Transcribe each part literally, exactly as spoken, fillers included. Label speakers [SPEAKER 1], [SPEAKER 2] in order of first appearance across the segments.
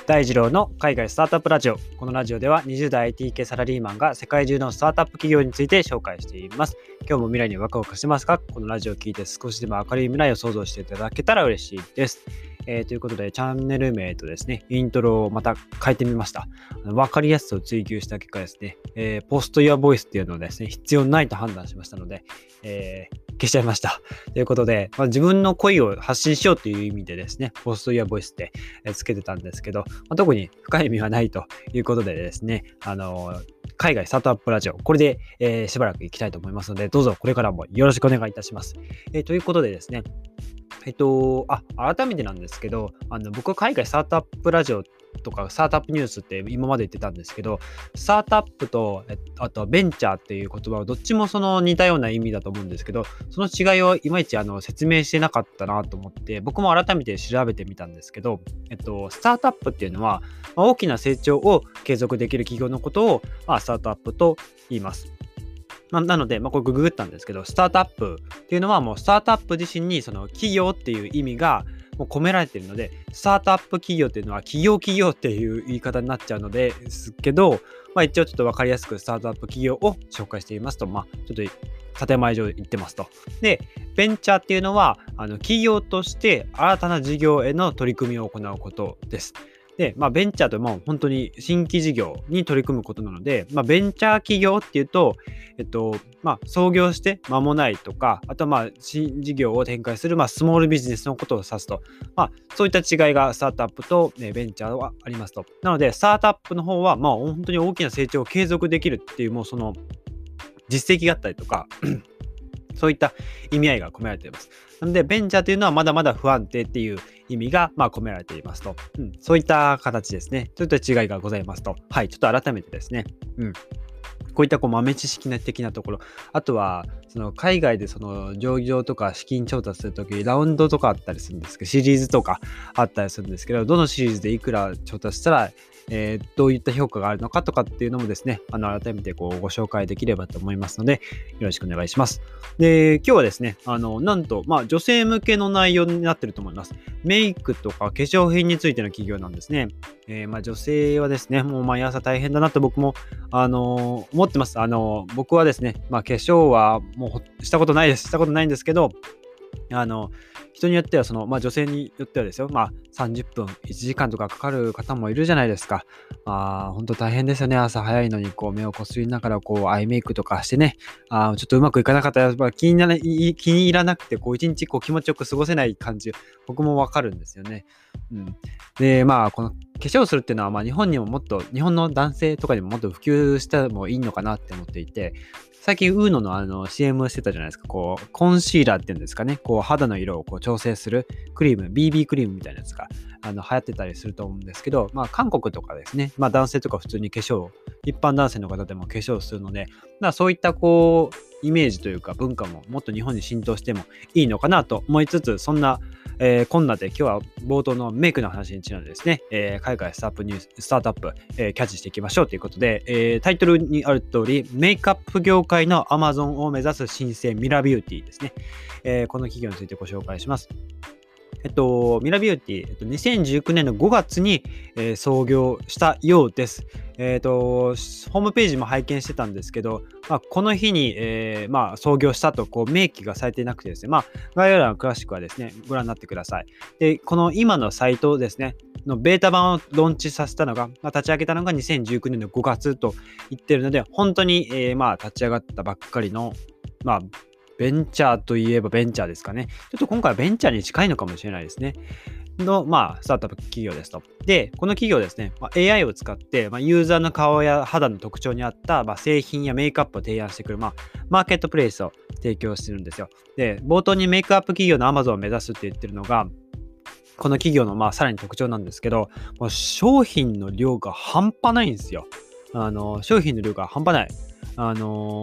[SPEAKER 1] 大二郎の海外スタートアップラジオ。このラジオではにじゅう代 アイティー 系サラリーマンが世界中のスタートアップ企業について紹介しています。今日も未来にワクワクしてますか？このラジオを聞いて少しでも明るい未来を想像していただけたら嬉しいです。えー、ということでチャンネル名とですねイントロをまた変えてみました。分かりやすさを追求した結果ですね、えー、ポストユアボイスっていうのをですね必要ないと判断しましたので、えー、消しちゃいました。ということで、まあ、自分の声を発信しようという意味でですねポストユアボイスってつけてたんですけど、まあ、特に深い意味はないということでですね、あのー、海外スタートアップラジオこれで、えー、しばらく行きたいと思いますので、どうぞこれからもよろしくお願いいたします。えー、ということでですねえっと、あ、改めてなんですけど、あの、僕は海外スタートアップラジオとかスタートアップニュースって今まで言ってたんですけど、スタートアップと、えあとベンチャーっていう言葉はどっちもその似たような意味だと思うんですけど、その違いをいまいちあの説明してなかったなと思って、僕も改めて調べてみたんですけど、えっと、スタートアップっていうのは、まあ大きな成長を継続できる企業のことを、まあ、スタートアップと言います。な, なので、まあ、これググったんですけど、スタートアップっていうのはもうスタートアップ自身にその企業っていう意味がもう込められているので、スタートアップ企業っていうのは企業企業っていう言い方になっちゃうのですけど、まあ、一応ちょっと分かりやすくスタートアップ企業を紹介していますと、まあ、ちょっと建前上言ってますと。で、ベンチャーっていうのはあの企業として新たな事業への取り組みを行うことです。で、まあ、ベンチャーとも本当に新規事業に取り組むことなので、まあ、ベンチャー企業っていうと、えっと、まあ、創業して間もないとか、あとはまあ、新事業を展開する、まあ、スモールビジネスのことを指すと、まあ、そういった違いがスタートアップと、ね、ベンチャーはありますと。なので、スタートアップの方は、まあ、本当に大きな成長を継続できるっていう、もうその、実績があったりとか、そういった意味合いが込められています。なので、ベンチャーというのはまだまだ不安定っていう意味がまあ込められていますと、うん。そういった形ですね。そういった違いがございますと。はい、ちょっと改めてですね。うん。こういったこう豆知識的なところ、あとはその海外でその上場とか資金調達するときラウンドとかあったりするんですけど、シリーズとかあったりするんですけど、どのシリーズでいくら調達したら、えー、どういった評価があるのかとかっていうのもですね、あの改めてこうご紹介できればと思いますので、よろしくお願いします。で、今日はですね、あのなんとまあ女性向けの内容になっていると思います。メイクとか化粧品についての企業なんですね。えー、まあ女性はですね、もう毎朝大変だなと僕もあのー、思ってます。あのー、僕はですね、まあ化粧はもうしたことないです。したことないんですけど、あの人によってはその、まあ、女性によってはですよ、まあ、さんじゅっぷんいちじかんとかかかる方もいるじゃないですか。あ本当大変ですよね。朝早いのにこう目をこすりながらこうアイメイクとかしてね、あちょっとうまくいかなかったら気になら気に入らなくてこう一日こう気持ちよく過ごせない感じ、僕もわかるんですよね。うん、でまあこの化粧するっていうのは、まあ、日本にももっと日本の男性とかにももっと普及してもいいのかなって思っていて、最近ウーノのあの シーエム してたじゃないですか。こうコンシーラーっていうんですかね。こう肌の色をこう調整するクリーム、ビービー クリームみたいなやつがあの流行ってたりすると思うんですけど、まあ韓国とかですね。まあ男性とか普通に化粧、一般男性の方でも化粧するので、まあそういったこうイメージというか文化ももっと日本に浸透してもいいのかなと思いつつ、そんなえー、こんなで今日は冒頭のメイクの話にちなんでですね、えー、海外スタートアップニュース、スタートアップ、えー、キャッチしていきましょうということで、えー、タイトルにある通り、メイクアップ業界の Amazon を目指す新星ミラビューティーですね、えー。この企業についてご紹介します。えっと、ミラビューティー、えっと、にせんじゅうきゅうねんのごがつに、えー、創業したようです。えっと、ホームページも拝見してたんですけど、まあ、この日に、えーまあ、創業したとこう明記がされていなくてですね、まあ、概要欄詳しくはですね、ご覧になってください。で、この今のサイトですね、のベータ版をローンチさせたのが、まあ、立ち上げたのがにせんじゅうきゅうねんのごがつと言ってるので、本当に、えーまあ、立ち上がったばっかりの、まあ、ベンチャーといえばベンチャーですかね。ちょっと今回はベンチャーに近いのかもしれないですね。の、まあ、スタートアップ企業ですと。で、この企業ですね、まあ、エーアイ を使って、まあ、ユーザーの顔や肌の特徴に合った、まあ、製品やメイクアップを提案してくる、まあ、マーケットプレイスを提供してるんですよ。で、冒頭にメイクアップ企業の Amazon を目指すって言ってるのが、この企業のまあさらに特徴なんですけど、もう商品の量が半端ないんですよ。あの商品の量が半端ない。あの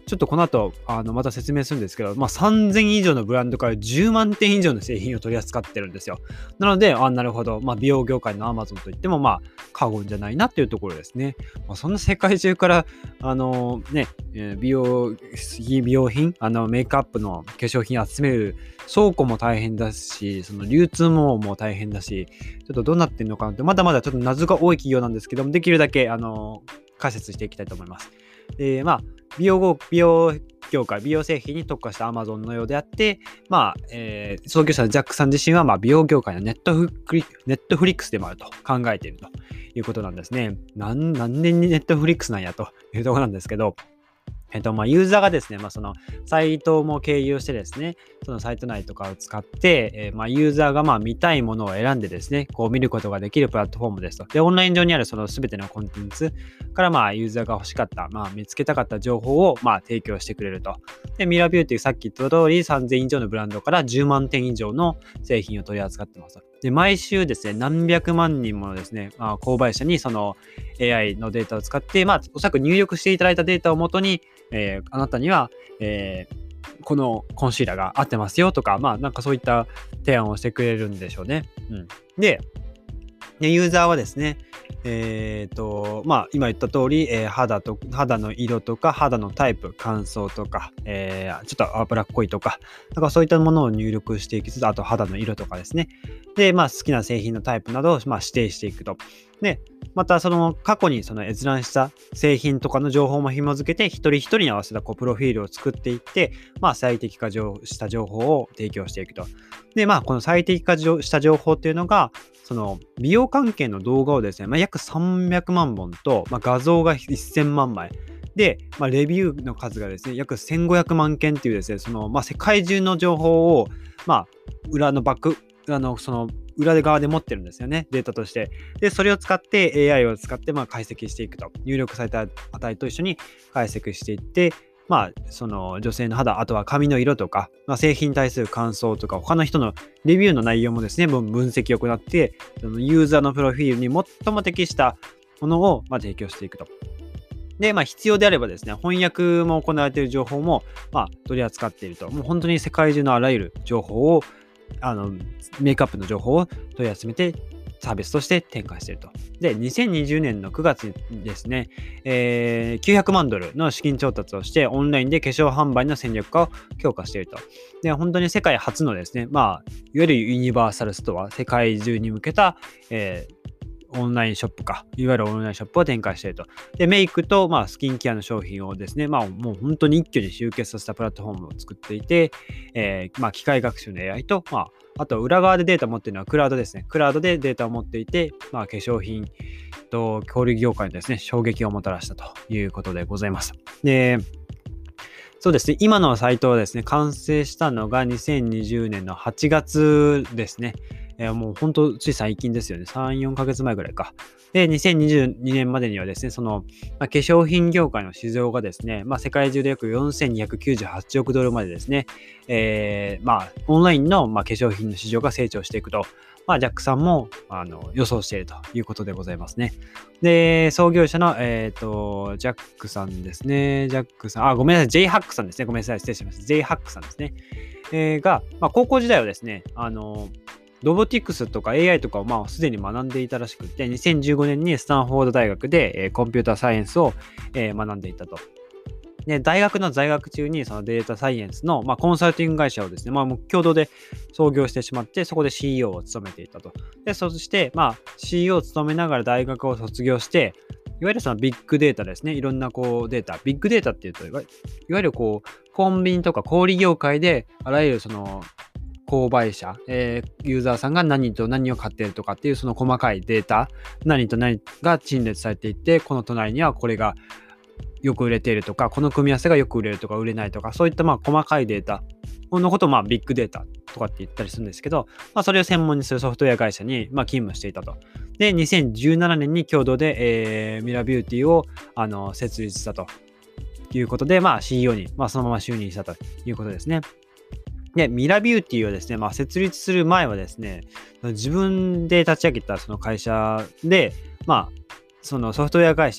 [SPEAKER 1] ちょっとこの後、あの、また説明するんですけど、まあ、さんぜん以上のブランドからじゅうまんてん以上の製品を取り扱ってるんですよ。なので、あ、なるほど、まあ、美容業界の Amazon といっても、まあ、過言じゃないなっていうところですね。まあ、そんな世界中から、あのね、えー美容、美容品、あの、メイクアップの化粧品集める倉庫も大変だし、その流通ももう大変だし、ちょっとどうなってんのかなって、まだまだちょっと謎が多い企業なんですけども、できるだけ、あの解説していきたいと思います。で、まあ、美容業、美容業界、美容製品に特化した Amazon のようであって、まあ、えー創業者のジャックさん自身は、まあ、美容業界のネットフリネットフリックスでもあると考えているということなんですね。何、何年にネットフリックスなんやというところなんですけど、えっと、まあ、ユーザーがですね、まあ、その、サイトも経由してですね、そのサイト内とかを使って、えーまあ、ユーザーがまあ見たいものを選んでですね、こう見ることができるプラットフォームですと。で、オンライン上にあるその全てのコンテンツからまあ、ユーザーが欲しかった、まあ、見つけたかった情報をまあ、提供してくれると。で、ミラビューティー、さっき言った通り、さんぜん以上のブランドからじゅうまんてん以上の製品を取り扱ってます。で、毎週ですね、何百万人ものですね、まあ、購買者にその エーアイ のデータを使って、まあ、おそらく入力していただいたデータをもとに、えーあなたには、えーこのコンシーラーが合ってますよとか、まあなんかそういった提案をしてくれるんでしょうね。うん、で、でユーザーはですね、えっと、まあ今言った通り、えー肌と、肌の色とか、肌のタイプ、乾燥とか、えーちょっと脂っこいとか、なんかそういったものを入力していきつつ、あと肌の色とかですね。で、まあ好きな製品のタイプなどをまあ指定していくと。で、またその過去にその閲覧した製品とかの情報も紐付けて、一人一人に合わせたこうプロフィールを作っていって、まあ最適化した情報を提供していくと。で、まあこの最適化した情報っていうのが、その美容関係の動画をですね、まあ、約さんびゃくまんぼんと、まあ、画像がせんまんまいで、まあ、レビューの数がですね、約せんごひゃくまんけんっていうですね、その、まあ、世界中の情報を、まあ、裏のバック、あの、その、裏側で持ってるんですよね、データとして。で、それを使って エーアイ を使ってまあ解析していくと。入力された値と一緒に解析していって、まあ、その女性の肌、あとは髪の色とか、まあ、製品に対する感想とか、他の人のレビューの内容もですね、分析を行って、そのユーザーのプロフィールに最も適したものをまあ提供していくと。で、まあ、必要であればですね、翻訳も行われている情報もまあ取り扱っていると。もう本当に世界中のあらゆる情報を、あの、メイクアップの情報を取り集めて、サービスとして展開していると。で、にせんにじゅうねんのくがつにですね、えー、きゅうひゃくまんドルの資金調達をして、オンラインで化粧販売の戦略化を強化していると。で、本当に世界初のですね、まあ、いわゆるユニバーサルストア、世界中に向けた、えーオンラインショップか、いわゆるオンラインショップを展開していると。で、メイクと、まあ、スキンケアの商品をですね、まあ、もう本当に一挙に集結させたプラットフォームを作っていて、えーまあ、機械学習の エーアイ と、まあ、あと裏側でデータを持っているのはクラウドですね。クラウドでデータを持っていて、まあ、化粧品と小売業界にですね、衝撃をもたらしたということでございます。で、そうですね、今のサイトはですね、完成したのがにせんにじゅうねんのはちがつですね。えー、もう本当つい最近ですよね。さん、よんかげつまえぐらいか。で、にせんにじゅうにねんまでにはですね、その、まあ、化粧品業界の市場がですね、まあ、世界中で約よんせんにひゃくきゅうじゅうはちおくドルまでですね、えー、まあ、オンラインの、まあ、化粧品の市場が成長していくと、まあ、ジャックさんもあの予想しているということでございますね。で、創業者の、えっと、ジャックさんですね。ジャックさん、あ、ごめんなさい、J ハックさんですね。ごめんなさい、失礼しました。J ハックさんですね。えー、が、まあ、高校時代はですね、あの、ロボティクスとか エーアイ とかをまあすでに学んでいたらしくて、にせんじゅうごねんにスタンフォード大学で、えー、コンピューターサイエンスを、えー、学んでいたと。で、大学の在学中にそのデータサイエンスの、まあ、コンサルティング会社をですね、まあ、共同で創業してしまって、そこで シーイーオー を務めていたと。で、そして、まあ、シーイーオー を務めながら大学を卒業して、いわゆるそのビッグデータですね。いろんなこうデータ。ビッグデータっていうと、いわゆるこう、コンビニとか小売業界で、あらゆるその、購買者、えー、ユーザーさんが何と何を買っているとかっていうその細かいデータ、何と何が陳列されていて、この隣にはこれがよく売れているとか、この組み合わせがよく売れるとか売れないとか、そういったまあ細かいデータのことをまあビッグデータとかって言ったりするんですけど、まあ、それを専門にするソフトウェア会社にまあ勤務していたと。で、にせんじゅうななねんに共同で、えー、ミラビューティーをあの設立したということで、まあ シーイーオー に、まあ、そのまま就任したということですね。で、ミラビューティーをですね、まあ、設立する前はですね、自分で立ち上げたその会社で、まあ、そのソフトウェア会社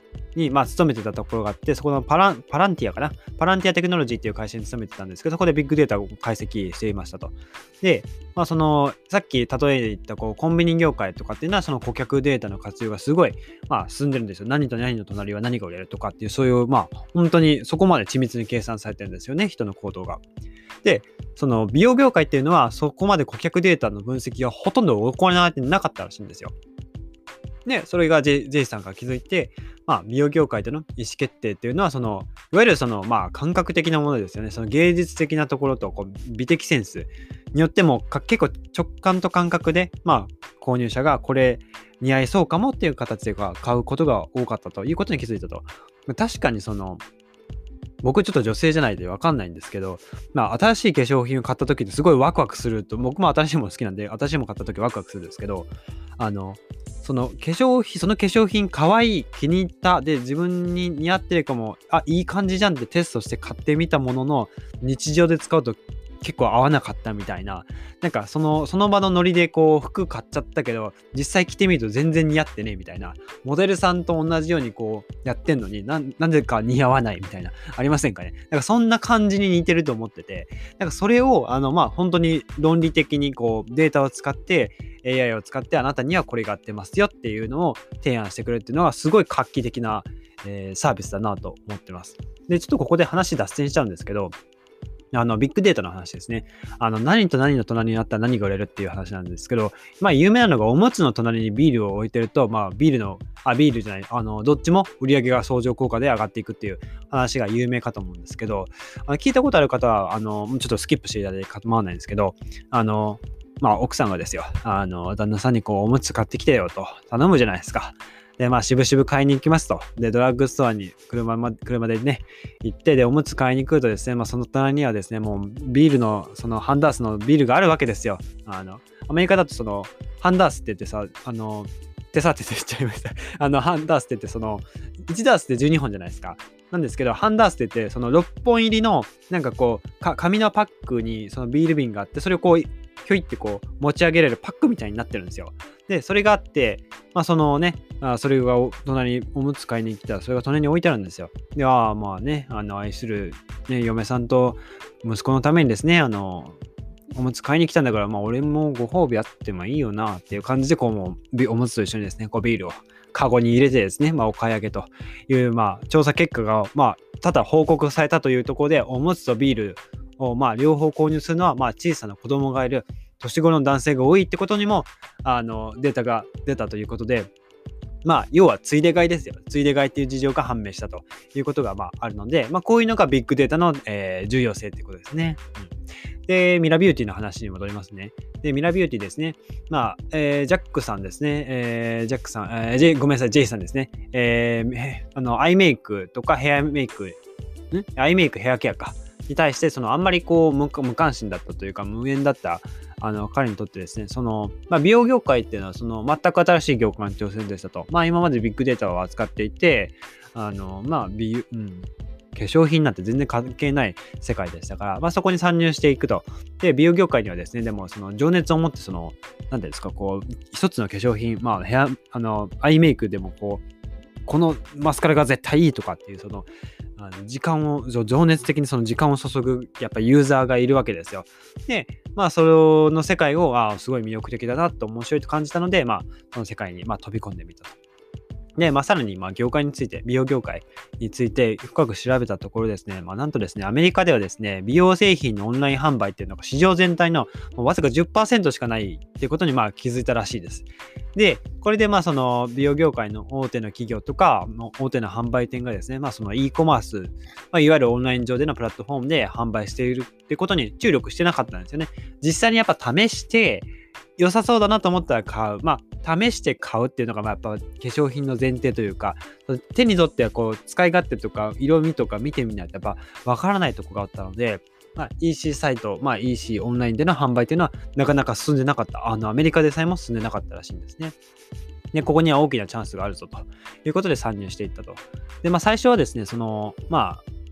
[SPEAKER 1] に、まあ、勤めてたところがあって、そこのパラン、パランティアかなパランティアテクノロジーっていう会社に勤めてたんですけど、そこでビッグデータを解析していましたと。で、まあ、その、さっき例えで言ったこうコンビニ業界とかっていうのは、その顧客データの活用がすごい、まあ、進んでるんですよ。何と何の隣は何が売れるとかっていう、そういう、まあ、本当にそこまで緻密に計算されてるんですよね、人の行動が。で、その美容業界っていうのは、そこまで顧客データの分析がほとんど行われてなかったらしいんですよ。で、それが J, J さんが気づいて、まあ、美容業界での意思決定っていうのは、その、いわゆるその、まあ、感覚的なものですよね。その芸術的なところと、こう、美的センスによっても、か結構直感と感覚で、まあ、購入者がこれ似合いそうかもっていう形で買うことが多かったということに気づいたと。確かにその、僕ちょっと女性じゃないで分かんないんですけど、まあ、新しい化粧品を買った時ってすごいワクワクすると、僕も新しいもの好きなんで、新しいもの買った時ワクワクするんですけど、あの、その化粧品、その化粧品かわいい、気に入った、で、自分に似合ってるかも、あ、いい感じじゃんってテストして買ってみたものの、日常で使うと結構合わなかったみたいな、なんかその、その場のノリでこう服買っちゃったけど、実際着てみると全然似合ってねみたいな、モデルさんと同じようにこうやってんのにな、なんでか似合わないみたいな、ありませんかね。なんかそんな感じに似てると思ってて、なんかそれを、あの、まあ、本当に論理的にこうデータを使って、エーアイ を使ってあなたにはこれが合ってますよっていうのを提案してくれるっていうのはすごい画期的な、えーサービスだなと思ってます。で、ちょっとここで話脱線しちゃうんですけど、あの、ビッグデータの話ですね。あの、何と何の隣にあったら何が売れるっていう話なんですけど、まあ、有名なのがおむつの隣にビールを置いてると、まあ、ビールの、あ、ビールじゃない、あの、どっちも売り上げが相乗効果で上がっていくっていう話が有名かと思うんですけど、あの聞いたことある方は、あの、ちょっとスキップしていただいて構わないんですけど、あの、まあ、奥さんがですよ、あの、旦那さんにこう、おむつ買ってきてよと頼むじゃないですか。で、まあ、しぶしぶ買いに行きますと。で、ドラッグストアに車、ま、車でね、行って、で、おむつ買いに来るとですね、まあ、その隣にはですね、もう、ビールの、その、ハンダースのビールがあるわけですよ。あの、アメリカだと、その、ハンダースって言ってさ、あの、手さって言っちゃいました。あの、ハンダースって言って、その、いちダースってじゅうにほんじゃないですか。なんですけど、ハンダースって言って、そのろっぽん入りの、なんかこう、か紙のパックに、そのビール瓶があって、それをこう、ひょいってこう持ち上げられるパックみたいになってるんですよ。で、それがあって、まあそのね、あそれが隣におむつ買いに来たら、それが隣に置いてあるんですよ。で、ああ、まあね、あの、愛する、ね、嫁さんと息子のためにですね、あの、おむつ買いに来たんだから、まあ俺もご褒美あってもいいよなっていう感じで、こうもう、おむつと一緒にですね、こうビールをカゴに入れてですね、まあお買い上げという、まあ調査結果が、まあ、ただ報告されたというところで、おむつとビールをまあ両方購入するのは、まあ小さな子供がいる年頃の男性が多いってことにもあのデータが出たということで、まあ要はついで買いですよ。ついで買いっていう事情が判明したということがまああるので、まあこういうのがビッグデータの、えー重要性っていうことですね。うんで、ミラビューティーの話に戻りますね。で、ミラビューティーですね。まあ、えージャックさんですね。えージャックさん、えー J、ごめんなさい、J さんですね。えーへあの、アイメイクとかヘアメイク、んアイメイク、ヘアケアか。に対して、そのあんまりこう無無関心だったというか、無縁だったあの彼にとってですね、その、まあ、美容業界っていうのはその全く新しい業界に挑戦でしたと。まあ今までビッグデータを扱っていて、あの、まあ美容、うん。化粧品なんて全然関係ない世界でしたから、まあ、そこに参入していくと。で、美容業界にはですね、でもその情熱を持ってその、なんていうんですか、こう、一つの化粧品、まあ、ヘア、あの、アイメイクでもこう、このマスカラが絶対いいとかっていう、その、あの時間を、情熱的にその時間を注ぐ、やっぱりユーザーがいるわけですよ。で、まあ、その世界を、ああ、すごい魅力的だなと面白いと感じたので、まあ、その世界に、まあ、飛び込んでみたと。で、まあ、さらに、まあ、業界について、美容業界について深く調べたところですね、まあ、なんとですね、アメリカではですね、美容製品のオンライン販売っていうのが市場全体のわずか じゅっパーセント しかないっていうことに、まあ、気づいたらしいです。で、これで、まあ、その、美容業界の大手の企業とか、大手の販売店がですね、まあ、その e コマース、まあ、いわゆるオンライン上でのプラットフォームで販売しているってことに注力してなかったんですよね。実際にやっぱ試して、良さそうだなと思ったら買う。まあ、試して買うっていうのが、まあ、やっぱ化粧品の前提というか、手に取ってはこう、使い勝手とか、色味とか見てみないとやっぱわからないとこがあったので、まあ、イーシー サイト、まあ、イーシー オンラインでの販売っていうのはなかなか進んでなかった。あの、アメリカでさえも進んでなかったらしいんですね。で、ここには大きなチャンスがあるぞということで参入していったと。で、まあ、最初はですね、その、まあ、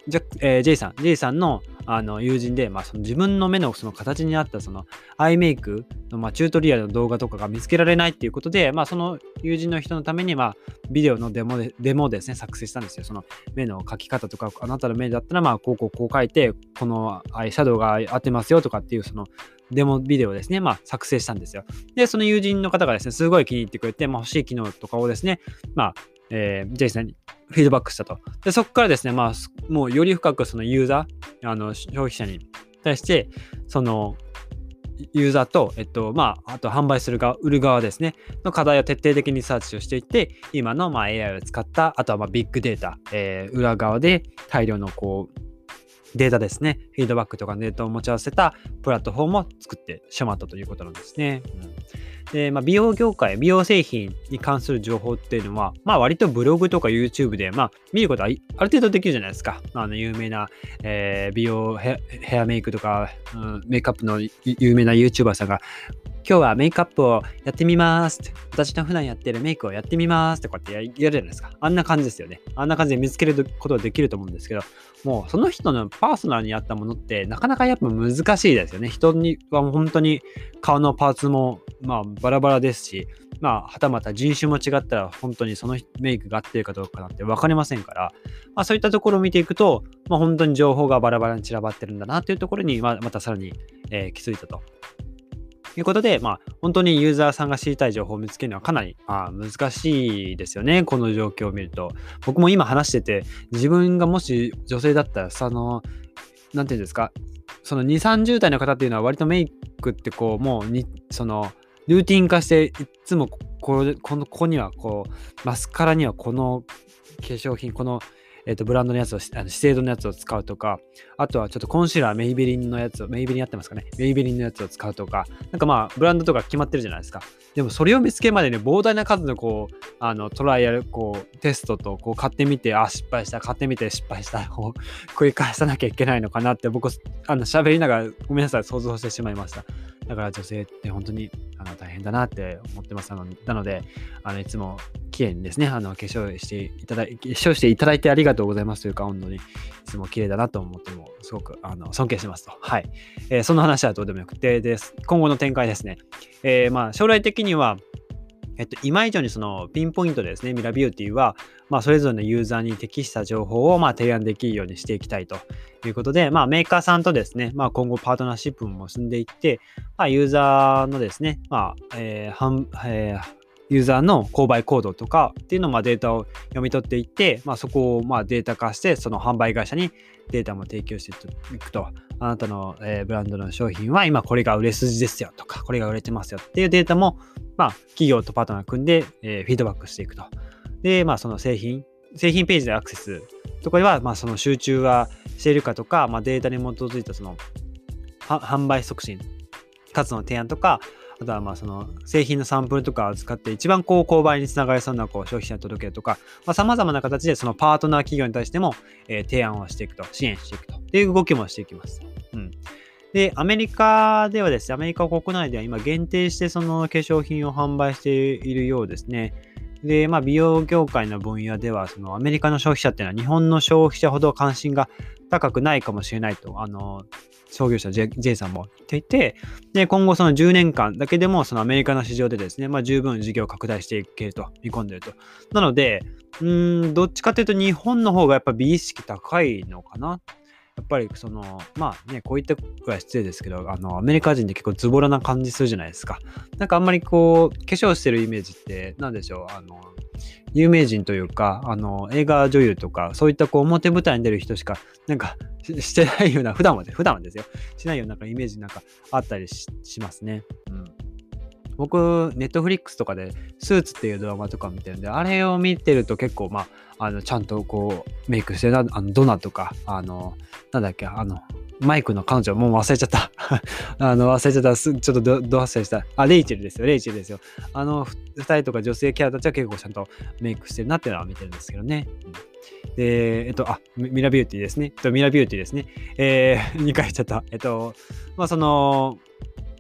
[SPEAKER 1] じゃ、えー、J さん、J さんのあの友人で、まあ、その自分の目のその形に合ったそのアイメイクの、まあ、チュートリアルの動画とかが見つけられないっていうことで、まあ、その友人の人のために、まあ、ビデオのデモで、デモですね、作成したんですよ。その目の描き方とか、あなたの目だったら、まあ、こうこうこう描いて、このアイシャドウが合ってますよとかっていう、そのデモビデオをですね、まあ、作成したんですよ。で、その友人の方がですね、すごい気に入ってくれて、まあ、欲しい機能とかをですね、まあ、えー、J さんにフィードバックしたと。で、そこからですね、まあ、もうより深くそのユーザー、あの消費者に対して、そのユーザーと、えっと、まあ、あと販売する側、売る側ですね、の課題を徹底的にサーチをしていって、今のまあ エーアイ を使った、あとはまあビッグデータ、えー、裏側で大量のこう、データですね、フィードバックとかデータを持ち合わせたプラットフォームを作ってしまったということなんですね。うんで、まあ、美容業界、美容製品に関する情報っていうのは、まあ、割とブログとか YouTube で、まあ、見ることはある程度できるじゃないですか。あの有名な、えー、美容ヘ、ヘアメイクとか、うん、メイクアップの有名な YouTuber さんが、今日はメイクアップをやってみますって。私の普段やってるメイクをやってみますってこうやってやるじゃないですか。あんな感じですよね。あんな感じで見つけることができると思うんですけど、もうその人のパーソナルに合ったものってなかなかやっぱ難しいですよね。人には本当に顔のパーツもまあバラバラですし、まあはたまた人種も違ったら本当にそのメイクが合ってるかどうかなんて分かりませんから、まあそういったところを見ていくと、まあ本当に情報がバラバラに散らばってるんだなというところに、まあ、またさらに、えー気づいたと。ということで、まあ、本当にユーザーさんが知りたい情報を見つけるのはかなりあ難しいですよね。この状況を見ると。僕も今話してて、自分がもし女性だったら、その、なんていうんですか、そのに、さんじゅう代の方っていうのは割とメイクってこう、もうに、その、ルーティン化して、いつもこれこのここにはこう、マスカラにはこの化粧品、このえっと、ブランドのやつを、あの資生堂のやつを使うとか、あとはちょっとコンシーラーメイベリンのやつを、メイベリンやってますかね。メイベリンのやつを使うとか、なんかまあ、ブランドとか決まってるじゃないですか。でもそれを見つけるまでに膨大な数のこう、あの、トライアル、こう、テストと、こう、買ってみて、あ、失敗した、買ってみて、失敗した、こう、繰り返さなきゃいけないのかなって、僕、あの、喋りながら、ごめんなさい、想像してしまいました。だから女性って本当にあの大変だなって思ってますので、なので、あのいつも綺麗にですね、あの化粧していただい、化粧していただいてありがとうございますというか、本当にいつも綺麗だなと思っても、すごくあの尊敬してますと。はい。えーその話はどうでもよくてです。今後の展開ですね。えーまあ将来的には、えっと、今以上にそのピンポイントでですね、ミラビューティーは、まあ、それぞれのユーザーに適した情報をまあ提案できるようにしていきたいということで、まあ、メーカーさんとですね、まあ、今後パートナーシップも結んでいって、まあ、ユーザーのですね、まあ、えー販えーユーザーの購買行動とかっていうのをまあデータを読み取っていって、まあ、そこをまあデータ化して、その販売会社にデータも提供していくと。あなたの、えーブランドの商品は今これが売れ筋ですよとか、これが売れてますよっていうデータも、まあ、企業とパートナー組んで、えーフィードバックしていくと。で、まあ、その製品、製品ページでアクセスとかでは、まあ、その集中はしているかとか、まあ、データに基づいたそのは販売促進、かつの提案とか、あとはまあその製品のサンプルとかを使って一番こう購買につながりそうなこう消費者に届けるとか、さまざ、まな形でそのパートナー企業に対しても、えー提案をしていくと、支援していくとっていう動きもしていきます。うん。で、アメリカではですね、アメリカ国内では今限定してその化粧品を販売しているようですね。で、まあ美容業界の分野では、そのアメリカの消費者っていうのは日本の消費者ほど関心が高くないかもしれないと、あの、創業者 J, J さんも言っていて、で、今後そのじゅうねんかんだけでもそのアメリカの市場でですね、まあ十分事業を拡大していけると見込んでいると。なので、うーん、どっちかというと日本の方がやっぱ美意識高いのかな。やっぱりその、まあね、こういったくらい失礼ですけど、あの、アメリカ人って結構ズボラな感じするじゃないですか。なんかあんまりこう、化粧してるイメージって、なんでしょう、あの、有名人というか、あの、映画女優とか、そういったこう、表舞台に出る人しか、なんかし、してないような、普段はね、普段はですよ、しないようななんかイメージなんかあったり し, しますね。うん。僕、ネットフリックスとかで、スーツっていうドラマとか見てるんで、あれを見てると結構、まあ、あの、ちゃんとこう、メイクしてるな、あの、ドナとか、あの、なんだっけ、あの、マイクの彼女、もう忘れちゃった。あの、忘れちゃった。すちょっとど、ど忘れした。あ、レイチェルですよ。レイチェルですよ。あの、ふ二人とか女性キャラたちは結構ちゃんとメイクしてるなっていうのは見てるんですけどね。うんで、えっと、あ、ミミラビューティーですね。えっと、ミラビューティーですね。えー、にかい言っちゃった。えっと、まあ、その、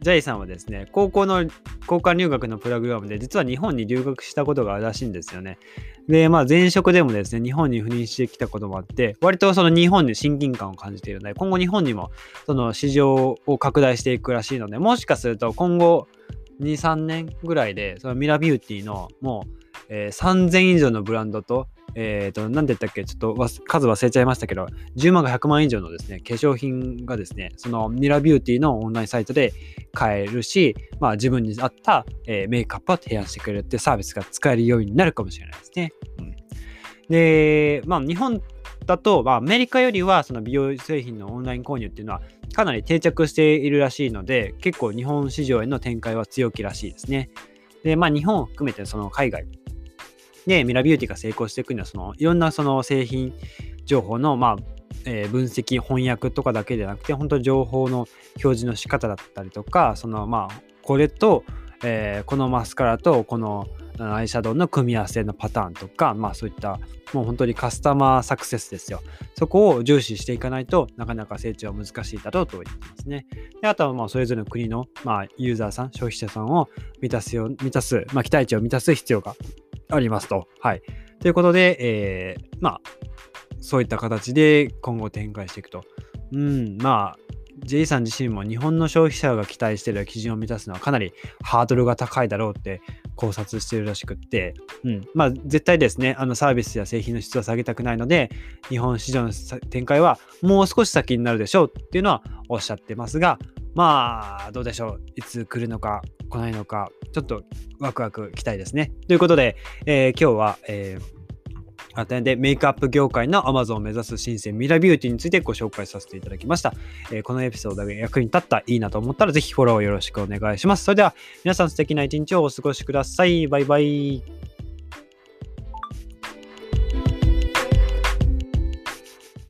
[SPEAKER 1] ジャイさんはですね、高校の交換留学のプログラムで実は日本に留学したことがあるらしいんですよね。で、まあ前職でもですね、日本に赴任してきたこともあって、割とその日本に親近感を感じているので、今後日本にもその市場を拡大していくらしいので、もしかすると今後に、さんねんぐらいで、そのミラビューティーのもう、えー、さんぜん以上のブランドと、えっと、なんで言ったっけ、ちょっと数忘れちゃいましたけど、じゅうまんがひゃくまん以上のですね、化粧品がですね、そのミラビューティーのオンラインサイトで買えるし、まあ自分に合った、えー、メイクアップを提案してくれるってサービスが使えるようになるかもしれないですね。うん、で、まあ日本だと、まあ、アメリカよりはその美容製品のオンライン購入っていうのはかなり定着しているらしいので、結構日本市場への展開は強気らしいですね。で、まあ日本を含めてその海外でミラビューティーが成功していくには、そのいろんなその製品情報のまあ、えー、分析翻訳とかだけでなくて、本当に情報の表示の仕方だったりとか、そのまあこれと、えー、このマスカラとこのアイシャドウの組み合わせのパターンとか、まあそういったもう本当にカスタマーサクセスですよ。そこを重視していかないとなかなか成長は難しいだろうと言ってますね。で、あとはまあそれぞれの国のまあユーザーさん、消費者さんを満たすよ満たす、まあ期待値を満たす必要がありますと。はい。ということで、えー、まあそういった形で今後展開していくと。うん、まあJ さん自身も日本の消費者が期待している基準を満たすのはかなりハードルが高いだろうって考察しているらしくって、うん、まあ絶対ですね、あのサービスや製品の質は下げたくないので、日本市場の展開はもう少し先になるでしょうっていうのはおっしゃってますが、まあどうでしょう、いつ来るのか来ないのか、ちょっとワクワク期待ですね。ということで、えー、今日は、えー改めてメイクアップ業界の Amazon を目指す新星ミラビューティーについてご紹介させていただきました。えー、このエピソードが役に立ったいいなと思ったらぜひフォローよろしくお願いします。それでは皆さん素敵な一日をお過ごしください。バイバイ。